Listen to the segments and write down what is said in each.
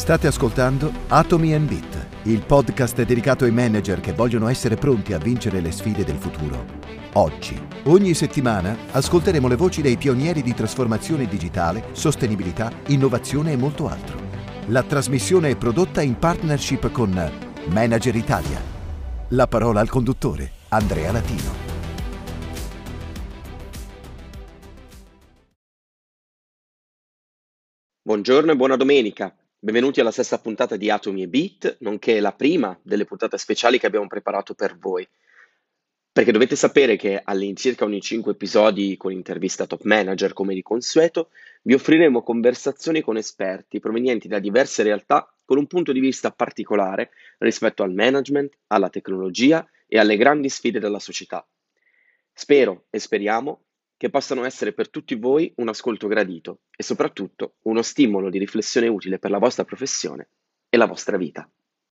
State ascoltando Atomi and Bit, il podcast dedicato ai manager che vogliono essere pronti a vincere le sfide del futuro. Oggi, ogni settimana, ascolteremo le voci dei pionieri di trasformazione digitale, sostenibilità, innovazione e molto altro. La trasmissione è prodotta in partnership con Manager Italia. La parola al conduttore, Andrea Latino. Buongiorno e buona domenica. Benvenuti alla sesta puntata di Atomi e Bit, nonché la prima delle puntate speciali che abbiamo preparato per voi. Perché dovete sapere che all'incirca ogni 5 episodi con intervista top manager, come di consueto, vi offriremo conversazioni con esperti provenienti da diverse realtà con un punto di vista particolare rispetto al management, alla tecnologia e alle grandi sfide della società. Spero e speriamo che possano essere per tutti voi un ascolto gradito e soprattutto uno stimolo di riflessione utile per la vostra professione e la vostra vita.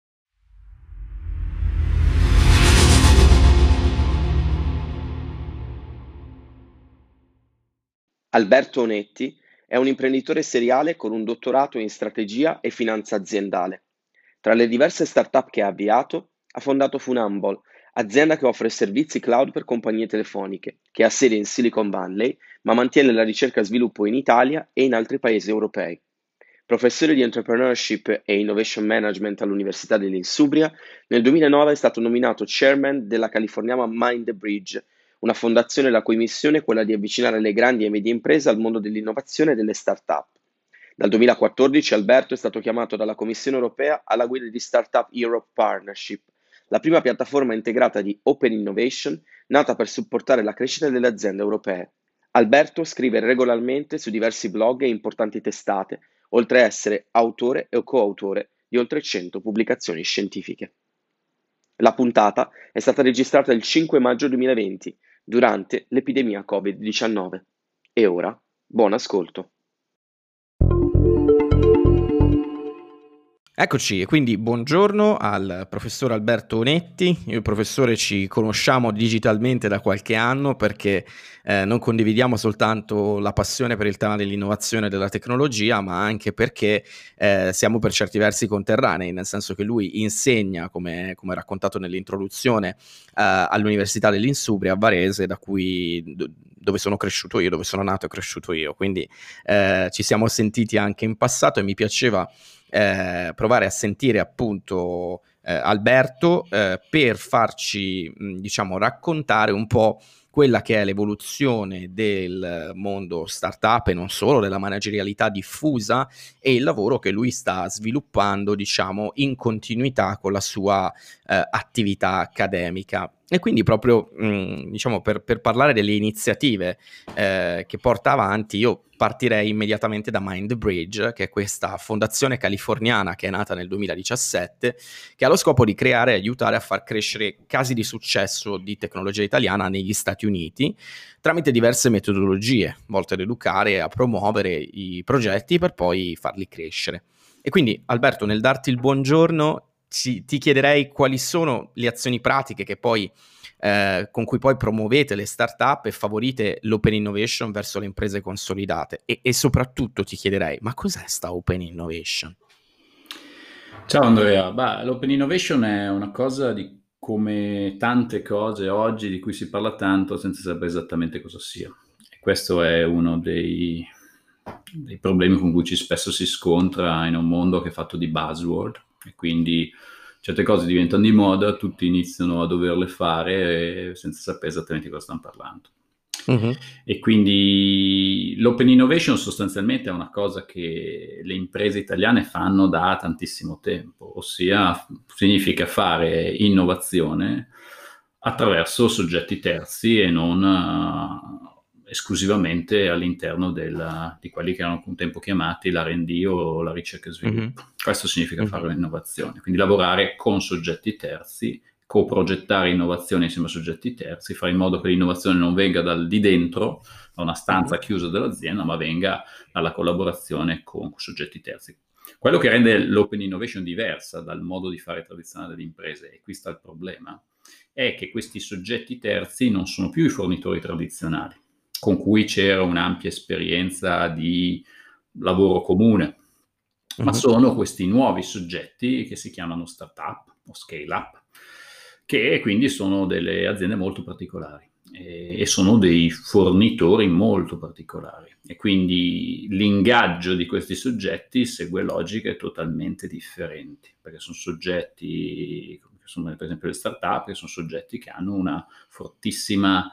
Alberto Onetti è un imprenditore seriale con un dottorato in strategia e finanza aziendale. Tra le diverse start-up che ha avviato, ha fondato Funambol, azienda che offre servizi cloud per compagnie telefoniche, che ha sede in Silicon Valley, ma mantiene la ricerca e sviluppo in Italia e in altri paesi europei. Professore di Entrepreneurship e Innovation Management all'Università dell'Insubria, nel 2009 è stato nominato Chairman della californiana Mind the Bridge, una fondazione la cui missione è quella di avvicinare le grandi e medie imprese al mondo dell'innovazione e delle start-up. Dal 2014 Alberto è stato chiamato dalla Commissione europea alla guida di Startup Europe Partnership, la prima piattaforma integrata di Open Innovation nata per supportare la crescita delle aziende europee. Alberto scrive regolarmente su diversi blog e importanti testate, oltre a essere autore e coautore di oltre 100 pubblicazioni scientifiche. La puntata è stata registrata il 5 maggio 2020, durante l'epidemia Covid-19. E ora, buon ascolto. Eccoci, quindi buongiorno al professor Alberto Onetti. Io e il professore ci conosciamo digitalmente da qualche anno perché non condividiamo soltanto la passione per il tema dell'innovazione e della tecnologia, ma anche perché siamo per certi versi conterranei, nel senso che lui insegna, come raccontato nell'introduzione, all'Università dell'Insubria a Varese, dove sono cresciuto io, dove sono nato e cresciuto io. Quindi ci siamo sentiti anche in passato e mi piaceva provare a sentire appunto Alberto per farci diciamo raccontare un po' quella che è l'evoluzione del mondo startup e non solo, della managerialità diffusa e il lavoro che lui sta sviluppando diciamo in continuità con la sua attività accademica. E quindi proprio diciamo per parlare delle iniziative che porta avanti, io partirei immediatamente da Mind the Bridge, che è questa fondazione californiana che è nata nel 2017, che ha lo scopo di creare e aiutare a far crescere casi di successo di tecnologia italiana negli Stati Uniti, tramite diverse metodologie volte ad educare e a promuovere i progetti per poi farli crescere. E quindi, Alberto, nel darti il buongiorno, ti chiederei quali sono le azioni pratiche che poi con cui poi promuovete le start-up e favorite l'open innovation verso le imprese consolidate e soprattutto ti chiederei, ma cos'è sta open innovation? Ciao Andrea, l'open innovation è una cosa di come tante cose oggi di cui si parla tanto senza sapere esattamente cosa sia. E questo è uno dei problemi con cui spesso si scontra in un mondo che è fatto di buzzword e quindi certe cose diventano di moda, tutti iniziano a doverle fare senza sapere esattamente di cosa stanno parlando. Uh-huh. E quindi l'open innovation sostanzialmente è una cosa che le imprese italiane fanno da tantissimo tempo, ossia significa fare innovazione attraverso soggetti terzi e non esclusivamente all'interno di quelli che erano un tempo chiamati l'R&D o la ricerca e sviluppo. Uh-huh. Questo significa fare l'innovazione, quindi lavorare con soggetti terzi, coprogettare innovazione insieme a soggetti terzi, fare in modo che l'innovazione non venga di dentro, da una stanza chiusa dell'azienda, ma venga dalla collaborazione con soggetti terzi. Quello che rende l'open innovation diversa dal modo di fare tradizionale delle imprese, e qui sta il problema, è che questi soggetti terzi non sono più i fornitori tradizionali, con cui c'era un'ampia esperienza di lavoro comune, ma Mhm. sono questi nuovi soggetti che si chiamano startup o scale-up, che quindi sono delle aziende molto particolari e sono dei fornitori molto particolari, e quindi l'ingaggio di questi soggetti segue logiche totalmente differenti, perché sono soggetti, sono per esempio le startup, che sono soggetti che hanno una fortissima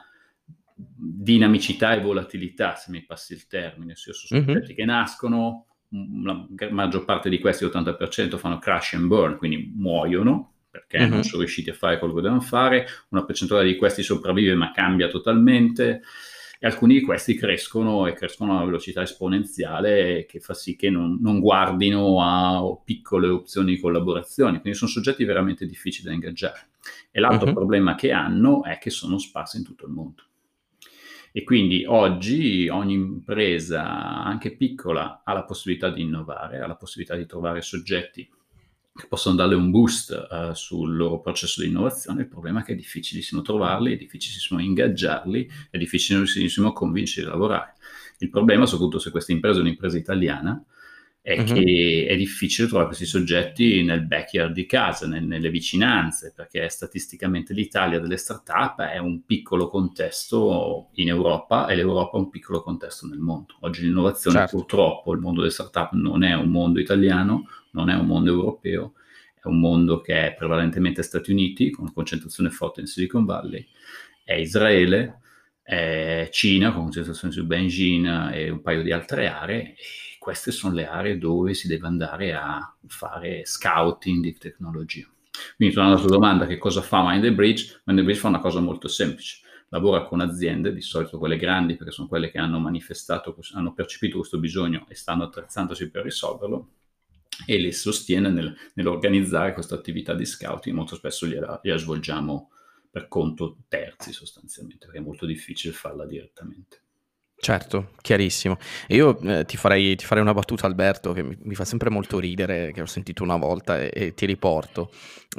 dinamicità e volatilità, se mi passi il termine, sono soggetti Mhm. che nascono, la maggior parte di questi, l'80%, fanno crash and burn, quindi muoiono perché non Mhm. sono riusciti a fare quello che devono fare, una percentuale di questi sopravvive ma cambia totalmente, e alcuni di questi crescono, e crescono a una velocità esponenziale che fa sì che non guardino a piccole opzioni di collaborazione, quindi sono soggetti veramente difficili da ingaggiare. E l'altro Mhm. problema che hanno è che sono sparsi in tutto il mondo. E quindi oggi ogni impresa, anche piccola, ha la possibilità di innovare, ha la possibilità di trovare soggetti che possono darle un boost sul loro processo di innovazione. Il problema è che è difficilissimo trovarli, è difficilissimo ingaggiarli, è difficilissimo convincerli a lavorare. Il problema, soprattutto se questa impresa è un'impresa italiana, è Mhm. che è difficile trovare questi soggetti nel backyard di casa, nelle vicinanze, perché statisticamente l'Italia delle start-up è un piccolo contesto in Europa, e l'Europa è un piccolo contesto nel mondo. Oggi l'innovazione, Certo. purtroppo, il mondo delle start-up non è un mondo italiano, non è un mondo europeo, è un mondo che è prevalentemente Stati Uniti, con una concentrazione forte in Silicon Valley, è Israele, è Cina, con concentrazione su Beijing e un paio di altre aree, e queste sono le aree dove si deve andare a fare scouting di tecnologia. Quindi, tornando alla tua domanda, che cosa fa Mind the Bridge? Mind the Bridge fa una cosa molto semplice: lavora con aziende, di solito quelle grandi, perché sono quelle che hanno manifestato, hanno percepito questo bisogno e stanno attrezzandosi per risolverlo, e le sostiene nell'organizzare questa attività di scouting. Molto spesso gliela svolgiamo per conto terzi, sostanzialmente, perché è molto difficile farla direttamente. Certo, chiarissimo. E io ti farei una battuta, Alberto, che mi fa sempre molto ridere, che ho sentito una volta e ti riporto.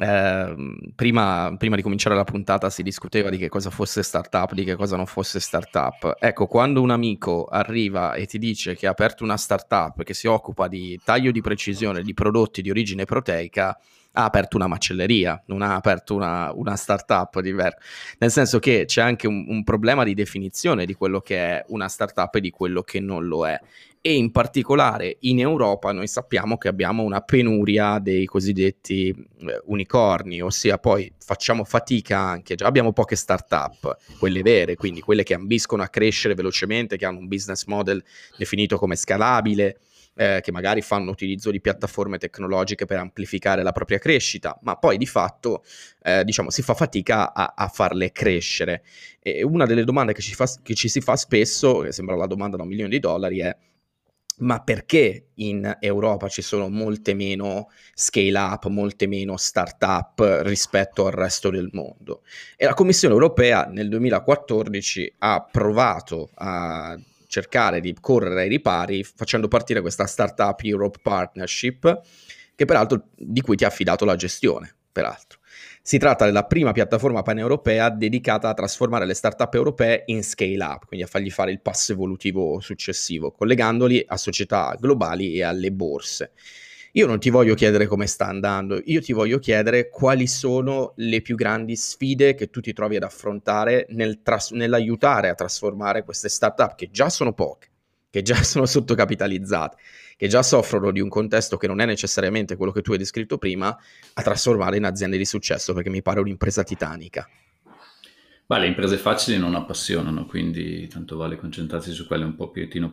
Prima di cominciare la puntata si discuteva di che cosa fosse startup, di che cosa non fosse startup. Ecco, quando un amico arriva e ti dice che ha aperto una startup che si occupa di taglio di precisione di prodotti di origine proteica, ha aperto una macelleria, non ha aperto una startup diversa. Nel senso che c'è anche un problema di definizione di quello che è una startup e di quello che non lo è. E in particolare in Europa noi sappiamo che abbiamo una penuria dei cosiddetti unicorni, ossia poi facciamo fatica anche, già abbiamo poche startup, quelle vere, quindi quelle che ambiscono a crescere velocemente, che hanno un business model definito come scalabile, che magari fanno utilizzo di piattaforme tecnologiche per amplificare la propria crescita, ma poi di fatto diciamo, si fa fatica a farle crescere. E una delle domande che ci si fa spesso, che sembra la domanda da $1.000.000, è: ma perché in Europa ci sono molte meno scale up, molte meno start-up rispetto al resto del mondo? E la Commissione europea nel 2014 ha provato a cercare di correre ai ripari facendo partire questa Startup Europe Partnership, che peraltro di cui ti ha affidato la gestione, peraltro. Si tratta della prima piattaforma paneuropea dedicata a trasformare le startup europee in scale up, quindi a fargli fare il passo evolutivo successivo, collegandoli a società globali e alle borse. Io non ti voglio chiedere come sta andando, io ti voglio chiedere quali sono le più grandi sfide che tu ti trovi ad affrontare nell'aiutare a trasformare queste startup, che già sono poche, che già sono sottocapitalizzate, che già soffrono di un contesto che non è necessariamente quello che tu hai descritto prima, a trasformare in aziende di successo, perché mi pare un'impresa titanica. Le imprese facili non appassionano, quindi tanto vale concentrarsi su quelle un pochettino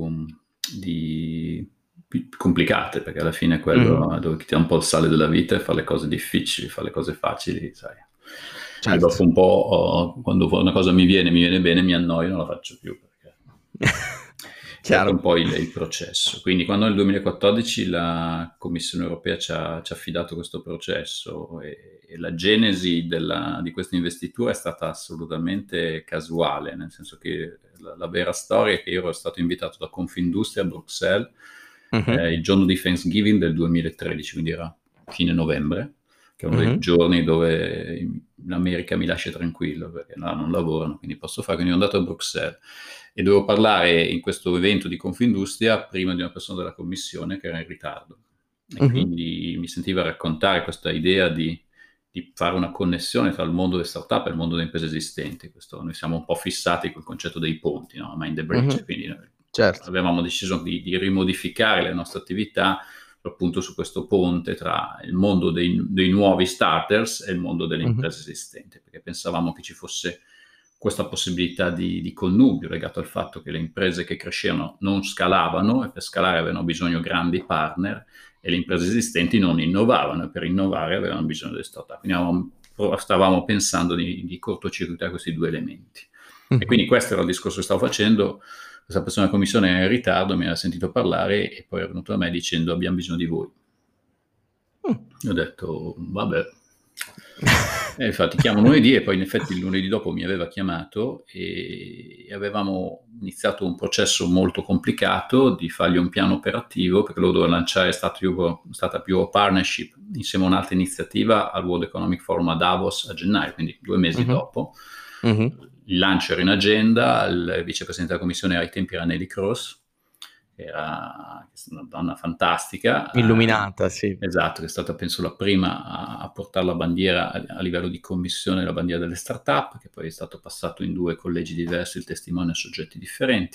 più complicate, perché alla fine è quello dove ti dà un po' il sale della vita, e fare le cose difficili, fare le cose facili, sai. E Certo. dopo un po', quando una cosa mi viene bene, mi annoio, non la faccio più, perché questo è un Chiaro. po' il processo. Quindi quando nel 2014 la Commissione europea ci ha affidato questo processo, e la genesi di questa investitura è stata assolutamente casuale, nel senso che la vera storia è che io ero stato invitato da Confindustria a Bruxelles Mhm. il giorno di Thanksgiving del 2013, quindi era fine novembre, che è uno dei giorni dove in America mi lascia tranquillo, perché là non lavorano, quindi posso fare. Quindi ho andato a Bruxelles e dovevo parlare in questo evento di Confindustria prima di una persona della commissione che era in ritardo. E quindi mi sentiva raccontare questa idea di fare una connessione tra il mondo delle startup e il mondo delle imprese esistenti. Noi siamo un po' fissati col concetto dei ponti, no? Mind the bridge, quindi Certo. avevamo deciso di rimodificare le nostre attività appunto su questo ponte tra il mondo dei nuovi starters e il mondo delle imprese esistenti, perché pensavamo che ci fosse questa possibilità di connubio legato al fatto che le imprese che crescevano non scalavano e per scalare avevano bisogno di grandi partner, e le imprese esistenti non innovavano e per innovare avevano bisogno delle startup. Quindi stavamo pensando di cortocircuitare questi due elementi. E quindi questo era il discorso che stavo facendo. Questa persona della commissione era in ritardo, mi aveva sentito parlare e poi è venuto da me dicendo: abbiamo bisogno di voi. Ho detto vabbè. E infatti chiamo lunedì, e poi in effetti il lunedì dopo mi aveva chiamato e avevamo iniziato un processo molto complicato di fargli un piano operativo, perché loro dovevano lanciare, è stata più partnership insieme a un'altra iniziativa al World Economic Forum a Davos a gennaio, quindi 2 mesi dopo. Il lancio era in agenda, il vicepresidente della commissione ai tempi era Nelly Cross, che era una donna fantastica. Illuminata, sì. Esatto, che è stata penso la prima a portare la bandiera a livello di commissione, la bandiera delle start-up, che poi è stato passato in 2 collegi diversi, il testimone a soggetti differenti.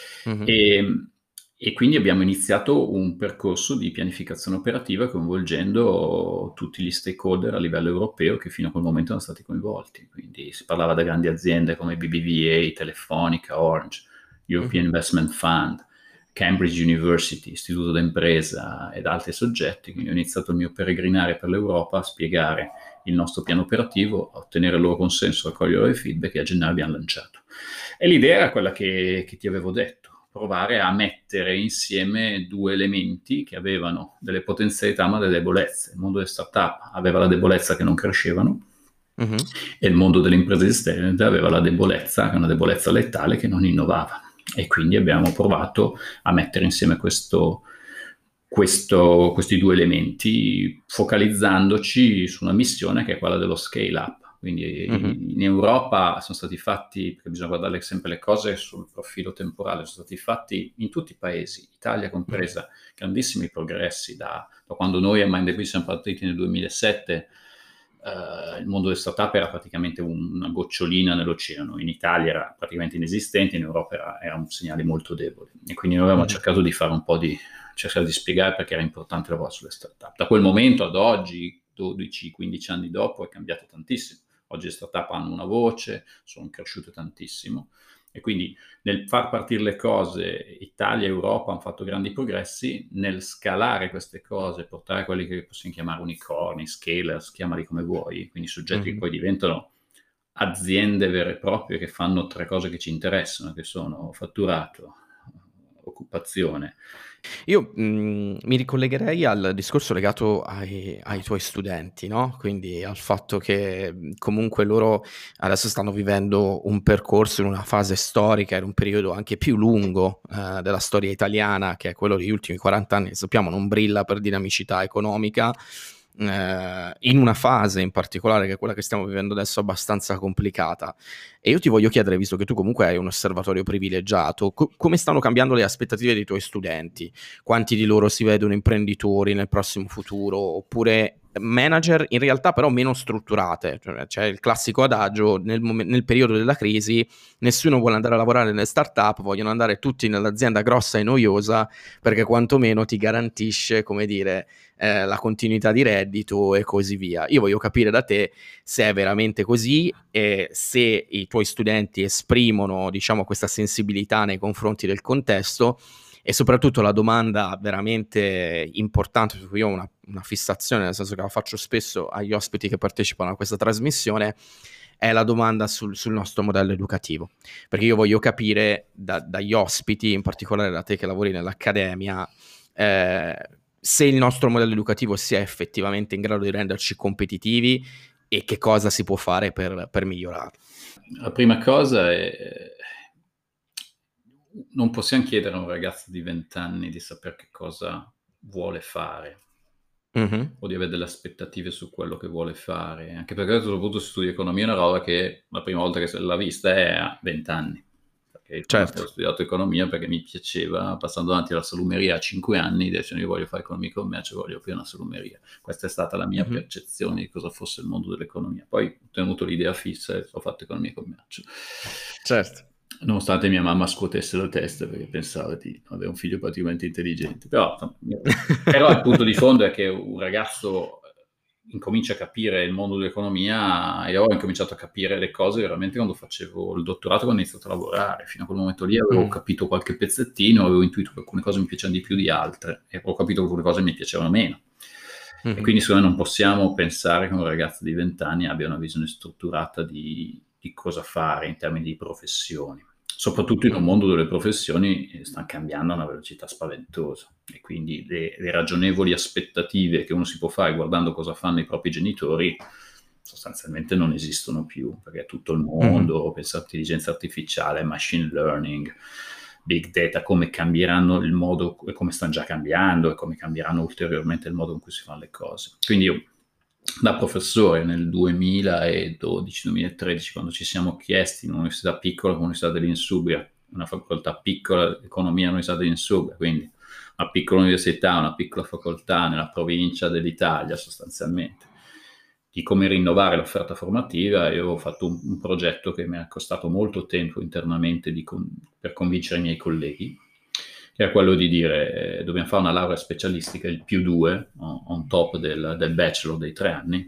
E quindi abbiamo iniziato un percorso di pianificazione operativa coinvolgendo tutti gli stakeholder a livello europeo che fino a quel momento erano stati coinvolti. Quindi si parlava da grandi aziende come BBVA, Telefonica, Orange, European Investment Fund, Cambridge University, Istituto d'Impresa ed altri soggetti. Quindi ho iniziato il mio peregrinare per l'Europa a spiegare il nostro piano operativo, a ottenere il loro consenso, a raccogliere i loro feedback, e a gennaio abbiamo lanciato. E l'idea era quella che ti avevo detto: provare a mettere insieme 2 elementi che avevano delle potenzialità ma delle debolezze. Il mondo delle startup aveva la debolezza che non crescevano, e il mondo delle imprese esistenti aveva la debolezza, che è una debolezza letale, che non innovava. E quindi abbiamo provato a mettere insieme questi 2 elementi, focalizzandoci su una missione che è quella dello scale up. Quindi in Europa sono stati fatti, perché bisogna guardare sempre le cose sul profilo temporale, sono stati fatti in tutti i paesi, Italia compresa, grandissimi progressi da quando noi a Mind the Bridge siamo partiti nel 2007. Il mondo delle startup era praticamente una gocciolina nell'oceano, in Italia era praticamente inesistente, in Europa era un segnale molto debole, e quindi noi avevamo cercato di fare cercare di spiegare perché era importante lavorare sulle startup. Da quel momento ad oggi, 12-15 anni dopo, è cambiato tantissimo. Oggi le startup hanno una voce, sono cresciute tantissimo, e quindi nel far partire le cose Italia e Europa hanno fatto grandi progressi. Nel scalare queste cose, portare quelli che possiamo chiamare unicorni, scalers, chiamali come vuoi, quindi soggetti che poi diventano aziende vere e proprie che fanno 3 cose che ci interessano, che sono fatturato, occupazione. Io mi ricollegherei al discorso legato ai tuoi studenti, no? Quindi al fatto che comunque loro adesso stanno vivendo un percorso in una fase storica, in un periodo anche più lungo della storia italiana, che è quello degli ultimi 40 anni, sappiamo non brilla per dinamicità economica, in una fase in particolare, che è quella che stiamo vivendo adesso, abbastanza complicata. E io ti voglio chiedere, visto che tu comunque hai un osservatorio privilegiato, come stanno cambiando le aspettative dei tuoi studenti? Quanti di loro si vedono imprenditori nel prossimo futuro, oppure manager in realtà però meno strutturate? Cioè, c'è il classico adagio: nel periodo della crisi nessuno vuole andare a lavorare nelle startup, vogliono andare tutti nell'azienda grossa e noiosa, perché quantomeno ti garantisce, come dire, la continuità di reddito e così via. Io voglio capire da te se è veramente così, e se i tuoi studenti esprimono, diciamo, questa sensibilità nei confronti del contesto. E soprattutto la domanda veramente importante, su cui io ho una fissazione, nel senso che la faccio spesso agli ospiti che partecipano a questa trasmissione, è la domanda sul nostro modello educativo. Perché io voglio capire dagli ospiti, in particolare da te che lavori nell'accademia, se il nostro modello educativo sia effettivamente in grado di renderci competitivi e che cosa si può fare per migliorarlo. La prima cosa è: non possiamo chiedere a un ragazzo di 20 anni di sapere che cosa vuole fare. Mhm. o di avere delle aspettative su quello che vuole fare, anche perché soprattutto se studi economia è una roba che la prima volta che se l'ha vista è a 20 anni, perché io Certo. ho studiato economia perché mi piaceva, passando davanti alla salumeria a 5 anni, adesso io voglio fare economia e commercio, voglio più una salumeria. Questa è stata la mia Mhm. percezione di cosa fosse il mondo dell'economia. Poi ho tenuto l'idea fissa e ho fatto economia e commercio. Certo. Nonostante mia mamma scuotesse la testa perché pensava di avere un figlio praticamente intelligente. Però il punto di fondo è che un ragazzo incomincia a capire il mondo dell'economia, e io ho incominciato a capire le cose veramente quando facevo il dottorato, quando ho iniziato a lavorare. Fino a quel momento lì avevo capito qualche pezzettino, avevo intuito che alcune cose mi piacevano di più di altre e ho capito che alcune cose mi piacevano meno. E quindi secondo me non possiamo pensare che un ragazzo di 20 anni abbia una visione strutturata di cosa fare in termini di professioni, soprattutto in un mondo dove le professioni stanno cambiando a una velocità spaventosa, e quindi le ragionevoli aspettative che uno si può fare guardando cosa fanno i propri genitori sostanzialmente non esistono più, perché tutto il mondo, pensa all'intelligenza artificiale, machine learning, big data, come cambieranno il modo, e come stanno già cambiando, e come cambieranno ulteriormente il modo in cui si fanno le cose. Quindi io, da professore nel 2012-2013, quando ci siamo chiesti in un'università piccola, l'Università dell'Insubria, una facoltà piccola, economia all'Università dell'Insubria, quindi una piccola università, una piccola facoltà nella provincia dell'Italia sostanzialmente, di come rinnovare l'offerta formativa, io ho fatto un progetto che mi ha costato molto tempo internamente per convincere i miei colleghi, che è quello di dire dobbiamo fare una laurea specialistica, il +2, on top del bachelor dei 3 anni,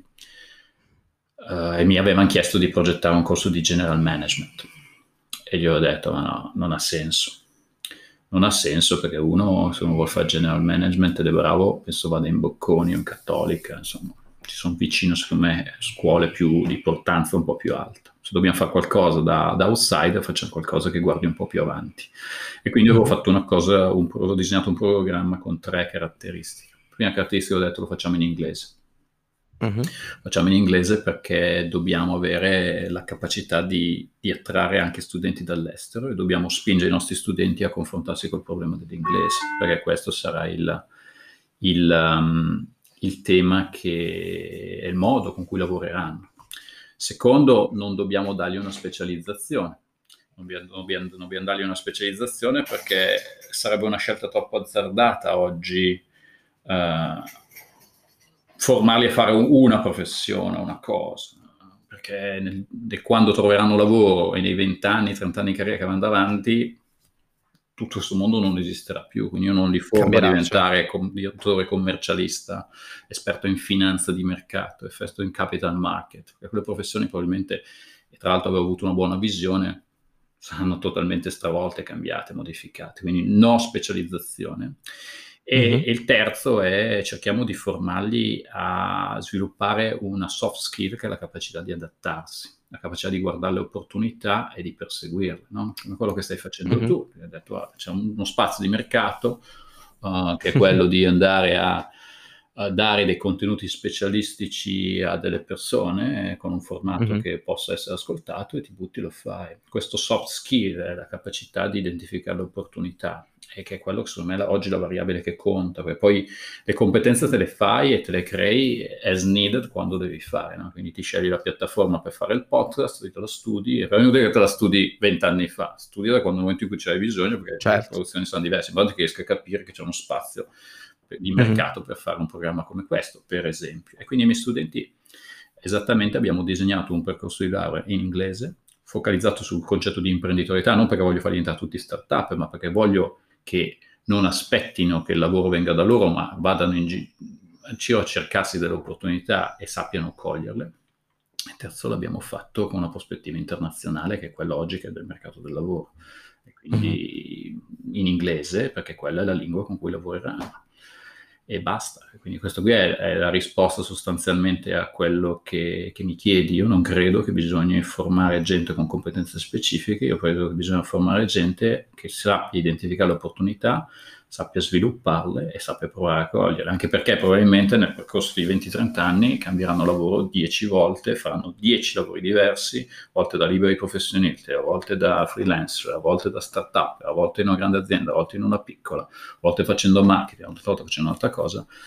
e mi avevano chiesto di progettare un corso di general management. E gli ho detto, ma no, non ha senso. Non ha senso perché uno, se uno vuole fare general management ed è bravo, penso vada in Bocconi o in Cattolica, insomma, ci sono vicino, secondo me, scuole più di portanza un po' più alta. Se dobbiamo fare qualcosa da outsider, facciamo qualcosa che guardi un po' più avanti. E quindi avevo fatto una cosa, ho disegnato un programma con 3 caratteristiche. La prima caratteristica, ho detto, lo facciamo in inglese. Facciamo in inglese perché dobbiamo avere la capacità di attrarre anche studenti dall'estero, e dobbiamo spingere i nostri studenti a confrontarsi col problema dell'inglese, perché questo sarà il tema che è il modo con cui lavoreranno. Secondo, non dobbiamo dargli una specializzazione. Non dobbiamo dargli una specializzazione perché sarebbe una scelta troppo azzardata oggi formarli a fare una professione, una cosa, perché quando troveranno lavoro e nei 20 anni, 30 anni di carriera che vanno davanti, tutto questo mondo non esisterà più, quindi io non li formo a diventare direttore commercialista, esperto in finanza di mercato, esperto in capital market, perché quelle professioni probabilmente, e tra l'altro avevo avuto una buona visione, saranno totalmente stravolte, cambiate, modificate, quindi no specializzazione. E il terzo è cerchiamo di formarli a sviluppare una soft skill che è la capacità di adattarsi, la capacità di guardare le opportunità e di perseguirle, no? Come quello che stai facendo tu. Hai detto, c'è uno spazio di mercato che è quello di andare a dare dei contenuti specialistici a delle persone con un formato che possa essere ascoltato, e ti butti, lo fai. Questo soft skill è la capacità di identificare le opportunità, e che è quello che secondo me oggi la variabile che conta, perché poi le competenze te le fai e te le crei as needed quando devi fare, no? Quindi ti scegli la piattaforma per fare il podcast, te la studi, e per me che te la studi 20 anni fa, studi da quando, nel momento in cui c'hai bisogno, perché le produzioni sono diverse, in modo che riesco a capire che c'è uno spazio di mercato per fare un programma come questo, per esempio. E quindi i miei studenti, esattamente, abbiamo disegnato un percorso di laurea in inglese, focalizzato sul concetto di imprenditorialità, non perché voglio far diventare tutti start-up, ma perché voglio che non aspettino che il lavoro venga da loro, ma vadano in giro a cercarsi delle opportunità e sappiano coglierle. Il terzo l'abbiamo fatto con una prospettiva internazionale, che è quella oggi che è del mercato del lavoro, e quindi in inglese, perché quella è la lingua con cui lavoreranno. E basta. Quindi questo qui è la risposta sostanzialmente a quello che mi chiedi. Io non credo che bisogna formare gente con competenze specifiche, io credo che bisogna formare gente che sappia identificare le opportunità, sappia svilupparle e sappia provare a coglierle, anche perché probabilmente nel percorso di 20-30 anni cambieranno lavoro 10 volte, faranno 10 lavori diversi, a volte da liberi professionisti, a volte da freelancer, a volte da startup, a volte in una grande azienda, a volte in una piccola, a volte facendo marketing, a volte facendo un'altra cosa.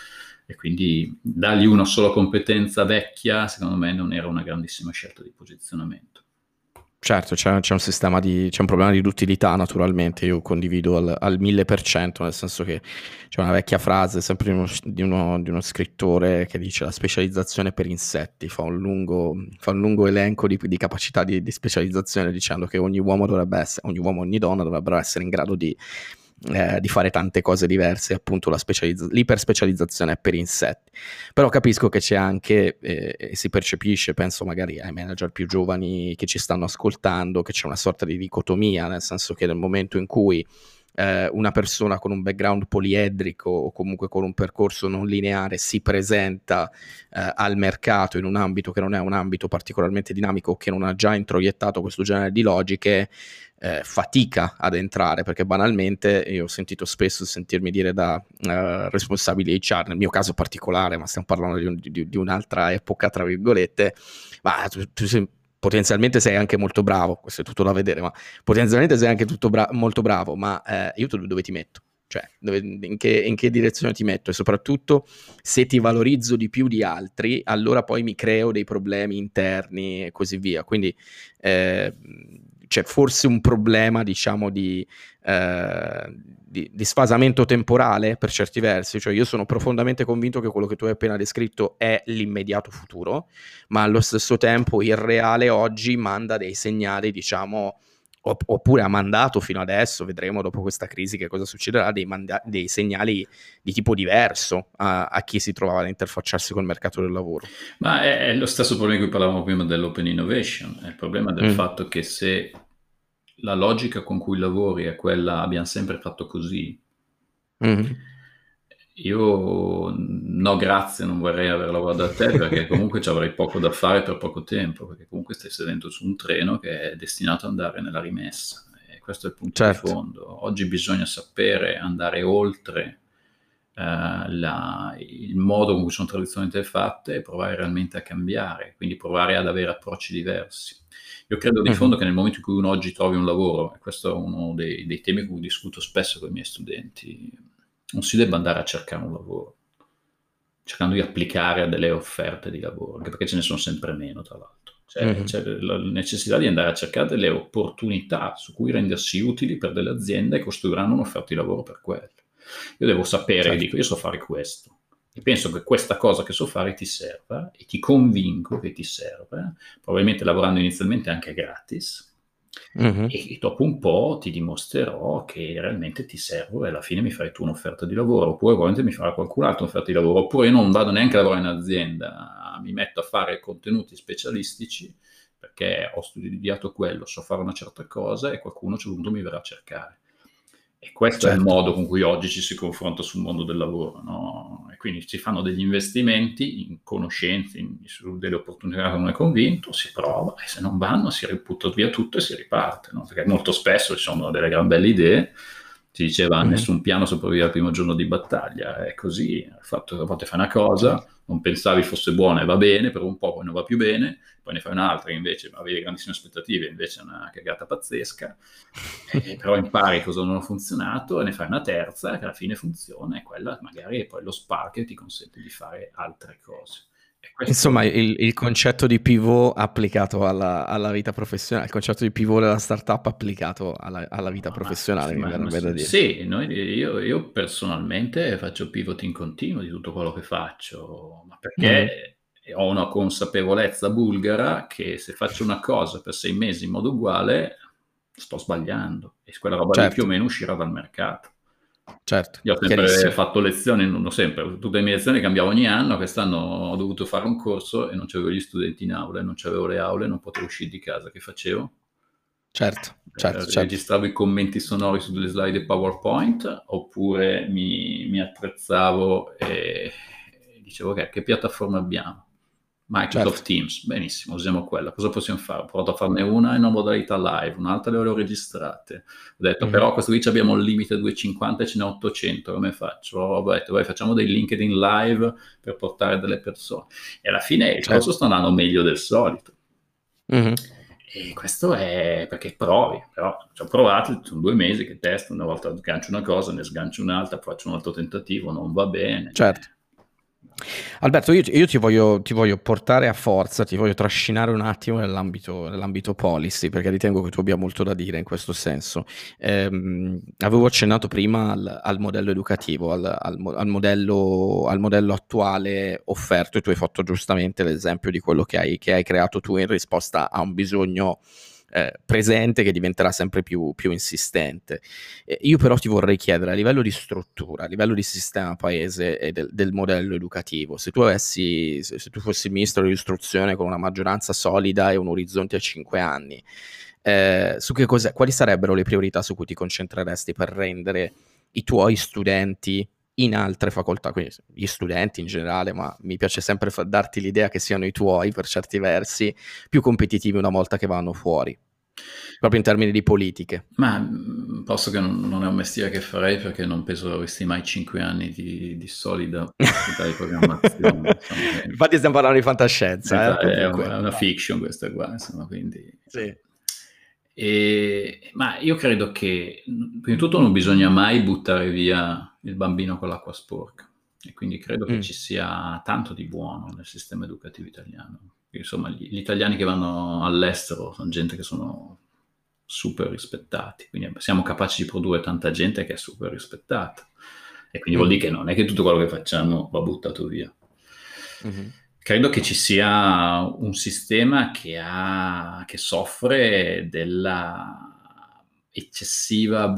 E quindi dargli una sola competenza vecchia, secondo me, non era una grandissima scelta di posizionamento. Certo, c'è un problema di duttilità, naturalmente, io condivido al 1000%, nel senso che c'è una vecchia frase sempre di uno scrittore che dice: la specializzazione per insetti, fa un lungo elenco di capacità di specializzazione, dicendo che ogni uomo, ogni donna dovrebbero essere in grado di fare tante cose diverse, appunto l'iperspecializzazione è per insetti. Però capisco che c'è anche, e si percepisce, penso magari ai manager più giovani che ci stanno ascoltando, che c'è una sorta di dicotomia, nel senso che nel momento in cui una persona con un background poliedrico o comunque con un percorso non lineare si presenta al mercato in un ambito che non è un ambito particolarmente dinamico, che non ha già introiettato questo genere di logiche, fatica ad entrare, perché banalmente io ho sentito spesso sentirmi dire da responsabili HR, nel mio caso particolare, ma stiamo parlando di un'altra epoca, tra virgolette, ma tu potenzialmente sei anche molto bravo, questo è tutto da vedere, ma potenzialmente sei anche molto bravo, ma io dove ti metto? Cioè, in che direzione ti metto? E soprattutto, se ti valorizzo di più di altri, allora poi mi creo dei problemi interni e così via. Quindi c'è forse un problema, diciamo, di sfasamento temporale per certi versi. Cioè, io sono profondamente convinto che quello che tu hai appena descritto è l'immediato futuro, ma allo stesso tempo il reale oggi manda dei segnali, diciamo, oppure ha mandato fino adesso, vedremo dopo questa crisi che cosa succederà, dei segnali di tipo diverso a chi si trovava ad interfacciarsi col mercato del lavoro. Ma è lo stesso problema di cui parlavamo prima dell'open innovation, è il problema del fatto che se la logica con cui lavori è quella abbiamo sempre fatto così, io no grazie, non vorrei aver lavorato da te, perché comunque ci avrei poco da fare per poco tempo, perché comunque stai sedendo su un treno che è destinato ad andare nella rimessa, e questo è il punto di fondo. Oggi bisogna sapere andare oltre il modo con cui sono tradizionalmente fatte e provare realmente a cambiare, quindi provare ad avere approcci diversi. Io credo di fondo che nel momento in cui uno oggi trovi un lavoro, e questo è uno dei temi con cui discuto spesso con i miei studenti, non si debba andare a cercare un lavoro cercando di applicare a delle offerte di lavoro, anche perché ce ne sono sempre meno, tra l'altro. C'è la necessità di andare a cercare delle opportunità su cui rendersi utili per delle aziende che costruiranno un'offerta di lavoro per quello. Io devo sapere, dico, io so fare questo, e penso che questa cosa che so fare ti serva, e ti convinco che ti serva, probabilmente lavorando inizialmente anche gratis, e dopo un po' ti dimostrerò che realmente ti servo e alla fine mi fai tu un'offerta di lavoro, oppure probabilmente mi farà qualcun altro un'offerta di lavoro, oppure io non vado neanche a lavorare in azienda, mi metto a fare contenuti specialistici perché ho studiato quello, so fare una certa cosa e qualcuno a un certo punto mi verrà a cercare. E questo è il modo con cui oggi ci si confronta sul mondo del lavoro, no? E quindi si fanno degli investimenti in conoscenze, su delle opportunità che non è convinto, si prova, e se non vanno si butta via tutto e si riparte, no? Perché molto spesso ci sono delle gran belle idee, si diceva nessun piano sopravvive al primo giorno di battaglia, è così, il fatto che a volte fai una cosa, non pensavi fosse buona e va bene, per un po' poi non va più bene, poi ne fai un'altra che invece avevi grandissime aspettative, invece è una cagata pazzesca, però impari cosa non ha funzionato e ne fai una terza che alla fine funziona, e quella magari è poi lo spark che ti consente di fare altre cose. Insomma, il concetto di pivot applicato alla vita professionale, il concetto di pivot della startup applicato alla vita professionale, mi verrebbe da dire. Sì, io personalmente faccio pivot in continuo di tutto quello che faccio, ma perché ho una consapevolezza bulgara che se faccio una cosa per 6 mesi in modo uguale sto sbagliando, e quella roba lì più o meno uscirà dal mercato. Certo, io ho sempre fatto lezioni, non sempre, tutte le mie lezioni cambiavo ogni anno. Quest'anno ho dovuto fare un corso e non c'avevo gli studenti in aula, non c'avevo le aule, non potevo uscire di casa. Che facevo? Certo. Registravo i commenti sonori su delle slide PowerPoint, oppure mi attrezzavo e dicevo che piattaforma abbiamo? Microsoft Teams, benissimo, usiamo quella. Cosa possiamo fare? Ho provato a farne una in una modalità live, un'altra le ho registrate. Ho detto però questo qui abbiamo il limite a 250 e ce n'è 800, come faccio? Ho detto facciamo dei LinkedIn live per portare delle persone. E alla fine il corso sta andando meglio del solito. E questo è perché provi, però ci ho provato, sono 2 mesi che testo, una volta sgancio una cosa, ne sgancio un'altra, faccio un altro tentativo, non va bene. Alberto, io ti voglio portare a forza, ti voglio trascinare un attimo nell'ambito policy, perché ritengo che tu abbia molto da dire in questo senso. Avevo accennato prima al modello educativo, al modello attuale offerto, e tu hai fatto giustamente l'esempio di quello che hai creato tu in risposta a un bisogno presente che diventerà sempre più insistente. Io però ti vorrei chiedere a livello di struttura, a livello di sistema paese e del modello educativo, se tu fossi il ministro dell'istruzione con una maggioranza solida e un orizzonte a 5 anni, quali sarebbero le priorità su cui ti concentreresti per rendere i tuoi studenti in altre facoltà, quindi gli studenti in generale, ma mi piace sempre darti l'idea che siano i tuoi per certi versi, più competitivi una volta che vanno fuori, proprio in termini di politiche? Ma posso che non è un mestiere che farei, perché non penso avresti mai 5 anni di solida capacità di programmazione. Insomma, Infatti stiamo parlando di fantascienza, è comunque. una fiction questa qua, insomma, quindi... Sì. Ma io credo che prima di tutto non bisogna mai buttare via il bambino con l'acqua sporca, e quindi credo che ci sia tanto di buono nel sistema educativo italiano. Insomma, gli italiani che vanno all'estero sono gente che sono super rispettati, quindi siamo capaci di produrre tanta gente che è super rispettata, e quindi vuol dire che non è che tutto quello che facciamo va buttato via. Credo che ci sia un sistema che soffre della eccessiva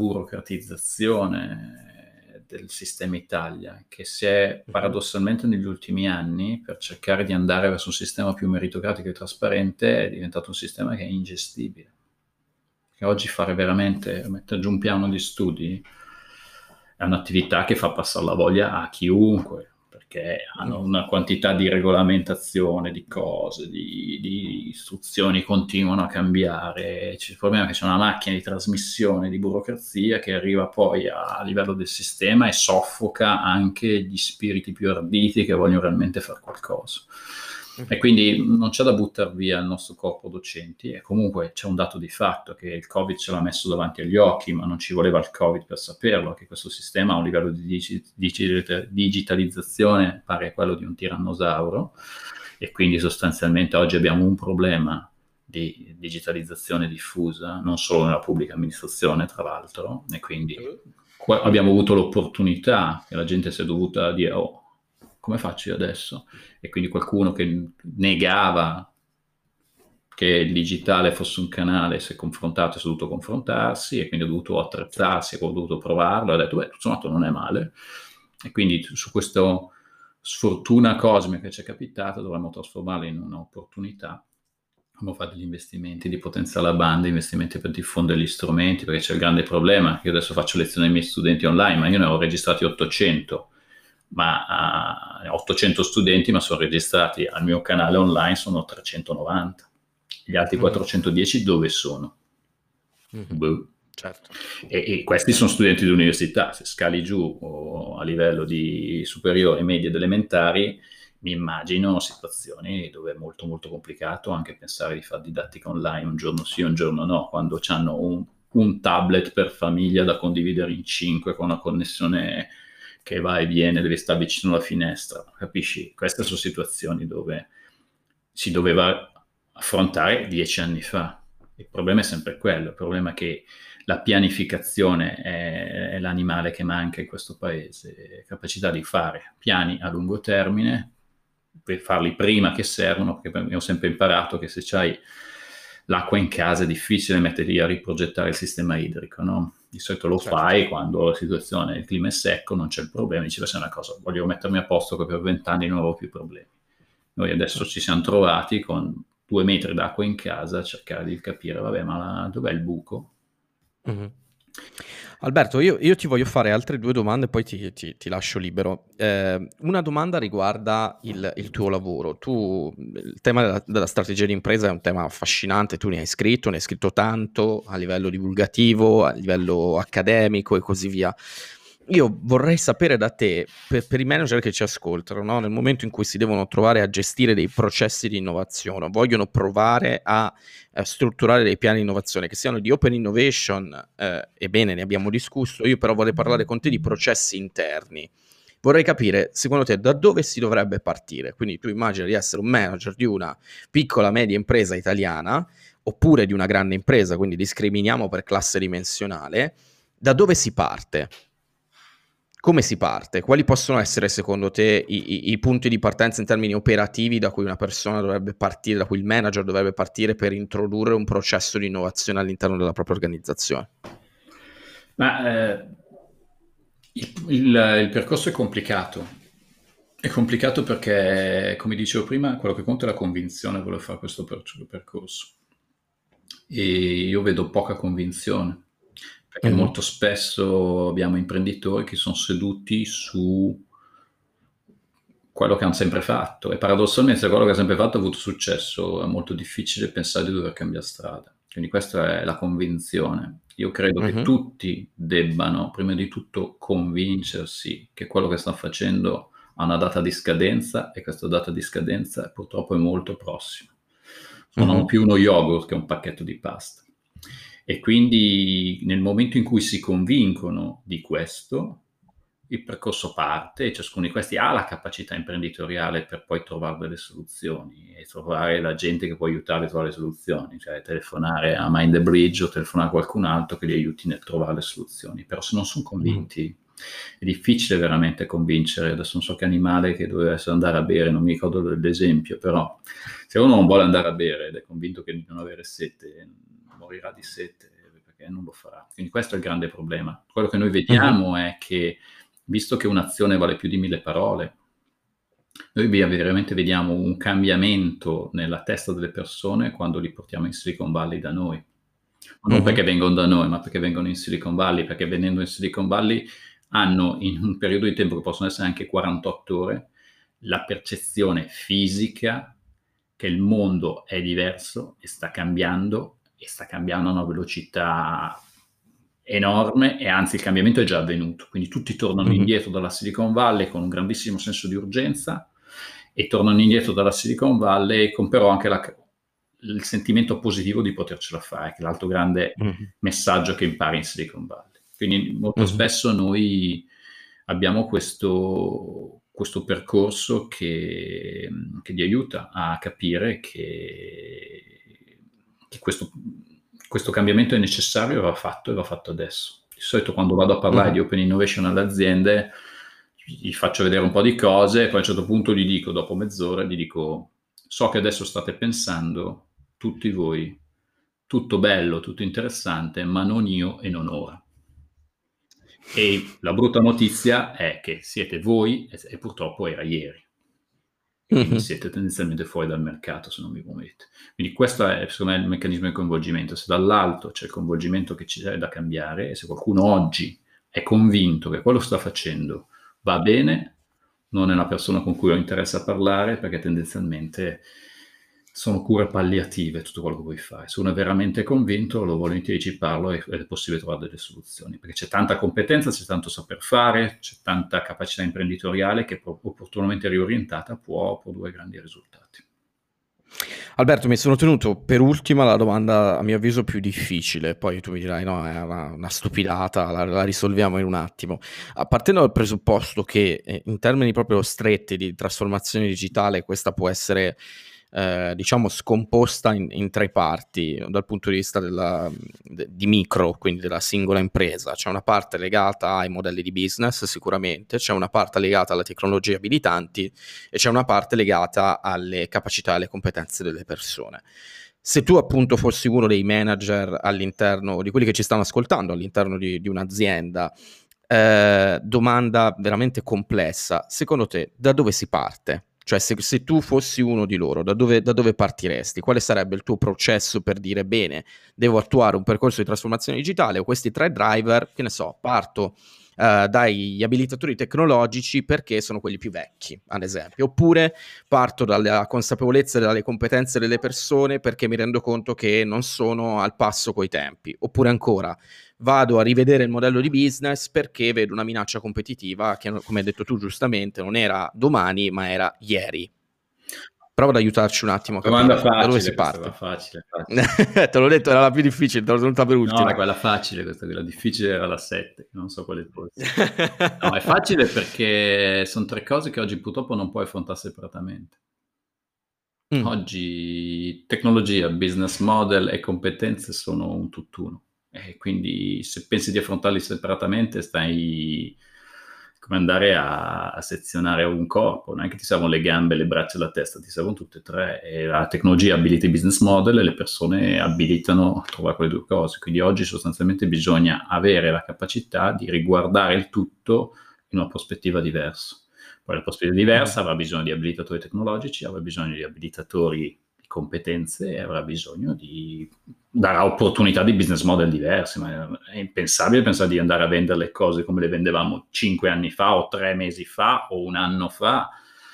burocratizzazione del sistema Italia, che si è paradossalmente negli ultimi anni, per cercare di andare verso un sistema più meritocratico e trasparente, è diventato un sistema che è ingestibile. Che oggi mettere giù un piano di studi è un'attività che fa passare la voglia a chiunque, perché hanno una quantità di regolamentazione, di cose, di istruzioni continuano a cambiare. Il problema è che c'è una macchina di trasmissione di burocrazia che arriva poi a livello del sistema e soffoca anche gli spiriti più arditi che vogliono realmente fare qualcosa. E quindi non c'è da buttare via il nostro corpo docenti, e comunque c'è un dato di fatto che il Covid ce l'ha messo davanti agli occhi, ma non ci voleva il Covid per saperlo, che questo sistema ha un livello di digitalizzazione pari a quello di un tirannosauro, e quindi sostanzialmente oggi abbiamo un problema di digitalizzazione diffusa, non solo nella pubblica amministrazione, tra l'altro, e quindi abbiamo avuto l'opportunità che la gente si è dovuta dire: oh, come faccio io adesso? E quindi qualcuno che negava che il digitale fosse un canale, si è dovuto confrontarsi, e quindi ha dovuto attrezzarsi, ha dovuto provarlo, ha detto: beh, tutto sommato non è male. E quindi su questa sfortuna cosmica che ci è capitata dovremmo trasformarla in un'opportunità. Dobbiamo fare degli investimenti di potenza alla banda, investimenti per diffondere gli strumenti, perché c'è il grande problema. Io adesso faccio lezioni ai miei studenti online, ma io ne ho registrati 800, ma 800 studenti, ma sono registrati al mio canale online sono 390. Gli altri 410 dove sono? Certo. E questi sono studenti di università. Se scali giù a livello di superiore, medie ed elementari, mi immagino situazioni dove è molto molto complicato anche pensare di fare didattica online un giorno sì, un giorno no, quando hanno un tablet per famiglia da condividere in 5 con una connessione che va e viene, deve stare vicino alla finestra, capisci? Queste sono situazioni dove si doveva affrontare 10 anni fa. Il problema è sempre quello, il problema è che la pianificazione è l'animale che manca in questo paese, capacità di fare piani a lungo termine, per farli prima che servono, perché ho sempre imparato che se c'hai l'acqua in casa è difficile metterli a riprogettare il sistema idrico, no? Di solito lo fai quando la situazione, il clima è secco, non c'è il problema, dici: questa è una cosa, voglio mettermi a posto che per 20 anni non avevo più problemi. Noi adesso ci siamo trovati con 2 metri d'acqua in casa a cercare di capire, vabbè, ma dov'è il buco? Alberto, io ti voglio fare altre 2 domande, poi ti lascio libero. Una domanda riguarda il tuo lavoro. Il tema della strategia di impresa è un tema affascinante, tu ne hai scritto tanto a livello divulgativo, a livello accademico e così via. Io vorrei sapere da te, per i manager che ci ascoltano, no? Nel momento in cui si devono trovare a gestire dei processi di innovazione, vogliono provare a strutturare dei piani di innovazione che siano di open innovation, ebbene ne abbiamo discusso, io però vorrei parlare con te di processi interni. Vorrei capire, secondo te, da dove si dovrebbe partire? Quindi tu immagini di essere un manager di una piccola media impresa italiana oppure di una grande impresa, quindi discriminiamo per classe dimensionale. Da dove si parte? Come si parte? Quali possono essere secondo te i punti di partenza in termini operativi da cui una persona dovrebbe partire, da cui il manager dovrebbe partire per introdurre un processo di innovazione all'interno della propria organizzazione? Ma il percorso è complicato. È complicato perché, come dicevo prima, quello che conta è la convinzione a voler fare questo percorso. E io vedo poca convinzione, perché molto spesso abbiamo imprenditori che sono seduti su quello che hanno sempre fatto, e paradossalmente se quello che ha sempre fatto ha avuto successo, è molto difficile pensare di dover cambiare strada. Quindi questa è la convinzione. Io credo che tutti debbano, prima di tutto, convincersi che quello che stanno facendo ha una data di scadenza, e questa data di scadenza purtroppo è molto prossima. Sono più uno yogurt che un pacchetto di pasta. E quindi nel momento in cui si convincono di questo, il percorso parte e ciascuno di questi ha la capacità imprenditoriale per poi trovare delle soluzioni e trovare la gente che può aiutare a trovare le soluzioni, cioè telefonare a Mind the Bridge o telefonare a qualcun altro che li aiuti nel trovare le soluzioni. Però se non sono convinti, è difficile veramente convincere. Adesso non so che animale che doveva essere andare a bere, non mi ricordo dell'esempio, però se uno non vuole andare a bere ed è convinto che di non avere sete, morirà di sete perché non lo farà. Quindi questo è il grande problema. Quello che noi vediamo è che, visto che un'azione vale più di 1000 parole, noi veramente vediamo un cambiamento nella testa delle persone quando li portiamo in Silicon Valley da noi. Non perché vengono da noi, ma perché vengono in Silicon Valley, perché venendo in Silicon Valley hanno, in un periodo di tempo che possono essere anche 48 ore, la percezione fisica che il mondo è diverso e sta cambiando a una velocità enorme, e anzi il cambiamento è già avvenuto. Quindi tutti tornano indietro dalla Silicon Valley con un grandissimo senso di urgenza, e tornano indietro dalla Silicon Valley con però anche il sentimento positivo di potercela fare, che è l'altro grande messaggio che impari in Silicon Valley. Quindi molto spesso noi abbiamo questo percorso che ti aiuta a capire che questo cambiamento è necessario e va fatto adesso. Di solito quando vado a parlare di Open Innovation alle aziende, gli faccio vedere un po' di cose, e poi a un certo punto gli dico, dopo mezz'ora, so che adesso state pensando, tutti voi, tutto bello, tutto interessante, ma non io e non ora. E la brutta notizia è che siete voi, e purtroppo era ieri. Quindi siete tendenzialmente fuori dal mercato se non vi muovete. Quindi questo è, secondo me, il meccanismo di coinvolgimento. Se dall'alto c'è il coinvolgimento che c'è da cambiare, e se qualcuno oggi è convinto che quello che sta facendo va bene, non è la persona con cui ho interesse a parlare, perché tendenzialmente sono cure palliative tutto quello che vuoi fare. Se uno è veramente convinto, lo volentieri ci parlo ed è possibile trovare delle soluzioni, perché c'è tanta competenza, c'è tanto saper fare, c'è tanta capacità imprenditoriale che opportunamente riorientata può produrre grandi risultati. Alberto, mi sono tenuto per ultima la domanda a mio avviso più difficile, poi tu mi dirai no, è una stupidata, la risolviamo in un attimo. Partendo dal presupposto che in termini proprio stretti di trasformazione digitale questa può essere diciamo scomposta in tre parti dal punto di vista di micro, quindi della singola impresa. C'è una parte legata ai modelli di business sicuramente, c'è una parte legata alle tecnologie abilitanti e c'è una parte legata alle capacità e alle competenze delle persone. Se tu appunto fossi uno dei manager all'interno di quelli che ci stanno ascoltando all'interno di un'azienda, domanda veramente complessa, secondo te da dove si parte? Cioè se tu fossi uno di loro, da dove partiresti? Quale sarebbe il tuo processo per dire bene, devo attuare un percorso di trasformazione digitale, o questi tre driver, che ne so, parto dagli abilitatori tecnologici perché sono quelli più vecchi, ad esempio, oppure parto dalla consapevolezza delle competenze delle persone perché mi rendo conto che non sono al passo coi tempi, oppure ancora vado a rivedere il modello di business perché vedo una minaccia competitiva che, come hai detto tu giustamente, non era domani ma era ieri. Prova ad aiutarci un attimo a capire da dove si parte. Facile. Te l'ho detto, era la più difficile, te l'ho tenuta per ultima. No, è quella facile questa, quella difficile era la 7, non so quale fosse. No, è facile perché sono 3 cose che oggi purtroppo non puoi affrontare separatamente. Oggi tecnologia, business model e competenze sono un tutt'uno, e quindi se pensi di affrontarli separatamente stai come andare a sezionare un corpo, non è che ti servono le gambe, le braccia e la testa, ti servono tutte e 3, e la tecnologia abilita i business model e le persone abilitano a trovare quelle 2 cose, quindi oggi sostanzialmente bisogna avere la capacità di riguardare il tutto in una prospettiva diversa. Poi la prospettiva diversa avrà bisogno di abilitatori tecnologici, avrà bisogno di abilitatori di competenze e avrà bisogno darà opportunità di business model diversi, ma è impensabile pensare di andare a vendere le cose come le vendevamo 5 anni fa o 3 mesi fa o un anno fa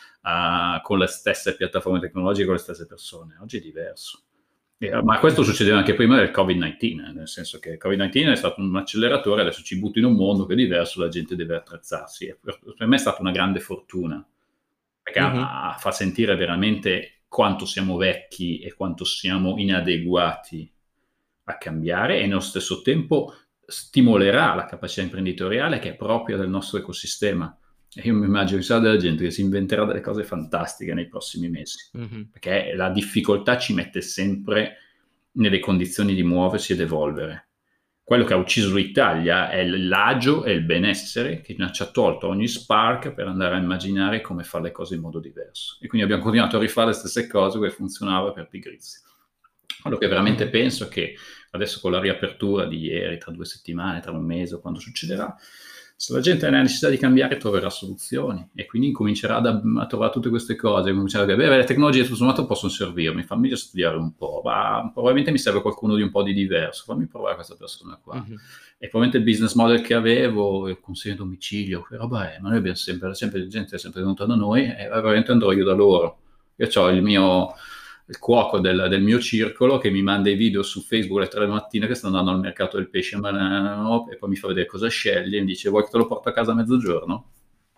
con le stesse piattaforme tecnologiche, con le stesse persone. Oggi è diverso. Ma questo succedeva anche prima del Covid-19, nel senso che il Covid-19 è stato un acceleratore, adesso ci butti in un mondo che è diverso, la gente deve attrezzarsi. E per me è stata una grande fortuna, perché fa sentire veramente quanto siamo vecchi e quanto siamo inadeguati a cambiare, e nello stesso tempo stimolerà la capacità imprenditoriale che è propria del nostro ecosistema. E io mi immagino che sarà della gente che si inventerà delle cose fantastiche nei prossimi mesi, perché la difficoltà ci mette sempre nelle condizioni di muoversi ed evolvere. Quello che ha ucciso l'Italia è l'agio e il benessere, che ci ha tolto ogni spark per andare a immaginare come fare le cose in modo diverso. E quindi abbiamo continuato a rifare le stesse cose che funzionava per pigrizia. Quello che veramente penso è che adesso con la riapertura di ieri, tra 2 settimane, tra un mese o quando succederà, se la gente ha la necessità di cambiare troverà soluzioni, e quindi comincerà a trovare tutte queste cose, comincerà a dire, le tecnologie tutto sommato possono servirmi, fammi già studiare un po', ma probabilmente mi serve qualcuno di un po' di diverso, fammi provare questa persona qua. E probabilmente il business model che avevo, il consiglio a domicilio, che roba è, ma noi abbiamo sempre gente è sempre venuta da noi e probabilmente andrò io da loro. Io ho il cuoco del mio circolo che mi manda i video su Facebook alle 3 del mattino che sta andando al mercato del pesce a Milano, e poi mi fa vedere cosa sceglie e mi dice: vuoi che te lo porto a casa a mezzogiorno?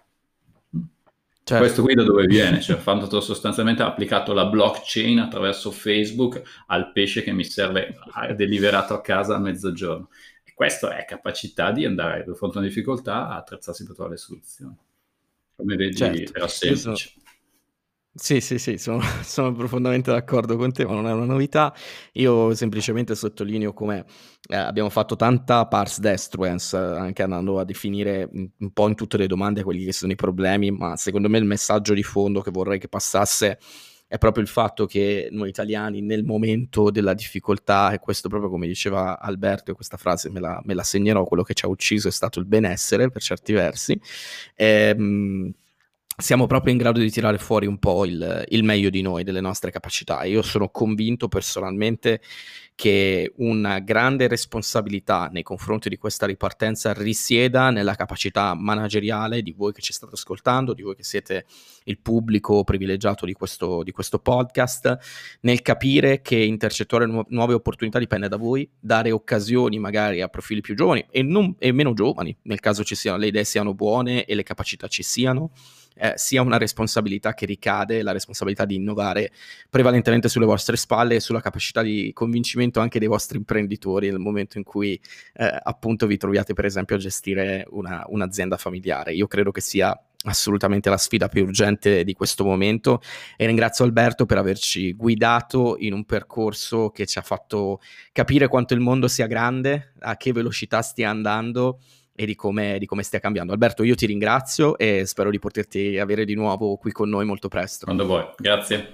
Certo. Questo qui da dove viene? Cioè, sostanzialmente ha applicato la blockchain attraverso Facebook al pesce che mi serve deliberato a casa a mezzogiorno. E questo è capacità di andare di fronte a una difficoltà a attrezzarsi per trovare le soluzioni. Come vedi, certo, era semplice. Sì, sono profondamente d'accordo con te, ma non è una novità. Io semplicemente sottolineo come abbiamo fatto tanta pars destruens, anche andando a definire un po' in tutte le domande quelli che sono i problemi, ma secondo me il messaggio di fondo che vorrei che passasse è proprio il fatto che noi italiani nel momento della difficoltà, e questo proprio come diceva Alberto, e questa frase me la segnerò, quello che ci ha ucciso è stato il benessere per certi versi, siamo proprio in grado di tirare fuori un po' il meglio di noi, delle nostre capacità. Io sono convinto personalmente che una grande responsabilità nei confronti di questa ripartenza risieda nella capacità manageriale di voi che ci state ascoltando, di voi che siete il pubblico privilegiato di questo podcast, nel capire che intercettare nuove opportunità dipende da voi, dare occasioni magari a profili più giovani e meno giovani, nel caso le idee siano buone e le capacità ci siano, sia una responsabilità che ricade, la responsabilità di innovare prevalentemente sulle vostre spalle e sulla capacità di convincimento anche dei vostri imprenditori nel momento in cui appunto vi troviate per esempio a gestire un'azienda familiare. Io credo che sia assolutamente la sfida più urgente di questo momento, e ringrazio Alberto per averci guidato in un percorso che ci ha fatto capire quanto il mondo sia grande, a che velocità stia andando e di come stia cambiando. Alberto, io ti ringrazio e spero di poterti avere di nuovo qui con noi molto presto. Quando vuoi, grazie.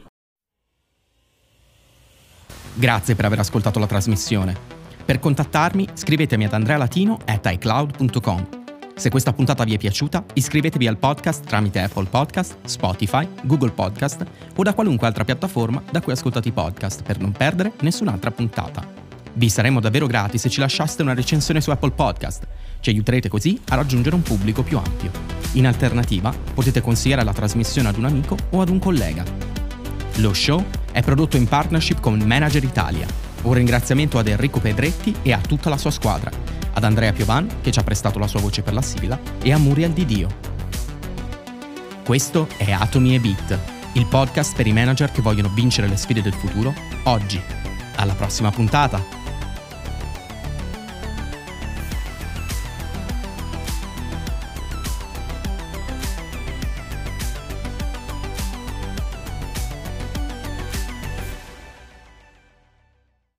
Grazie per aver ascoltato la trasmissione. Per contattarmi scrivetemi ad andrealatino@icloud.com. Se questa puntata vi è piaciuta, iscrivetevi al podcast tramite Apple Podcast, Spotify, Google Podcast o da qualunque altra piattaforma da cui ascoltate i podcast per non perdere nessun'altra puntata. Vi saremmo davvero grati se ci lasciaste una recensione su Apple Podcast. Ci aiuterete così a raggiungere un pubblico più ampio. In alternativa, potete consigliare la trasmissione ad un amico o ad un collega. Lo show è prodotto in partnership con Manager Italia. Un ringraziamento ad Enrico Pedretti e a tutta la sua squadra, ad Andrea Piovan, che ci ha prestato la sua voce per la sigla, e a Muriel Di Dio. Questo è Atomi e Bit, il podcast per i manager che vogliono vincere le sfide del futuro, oggi. Alla prossima puntata!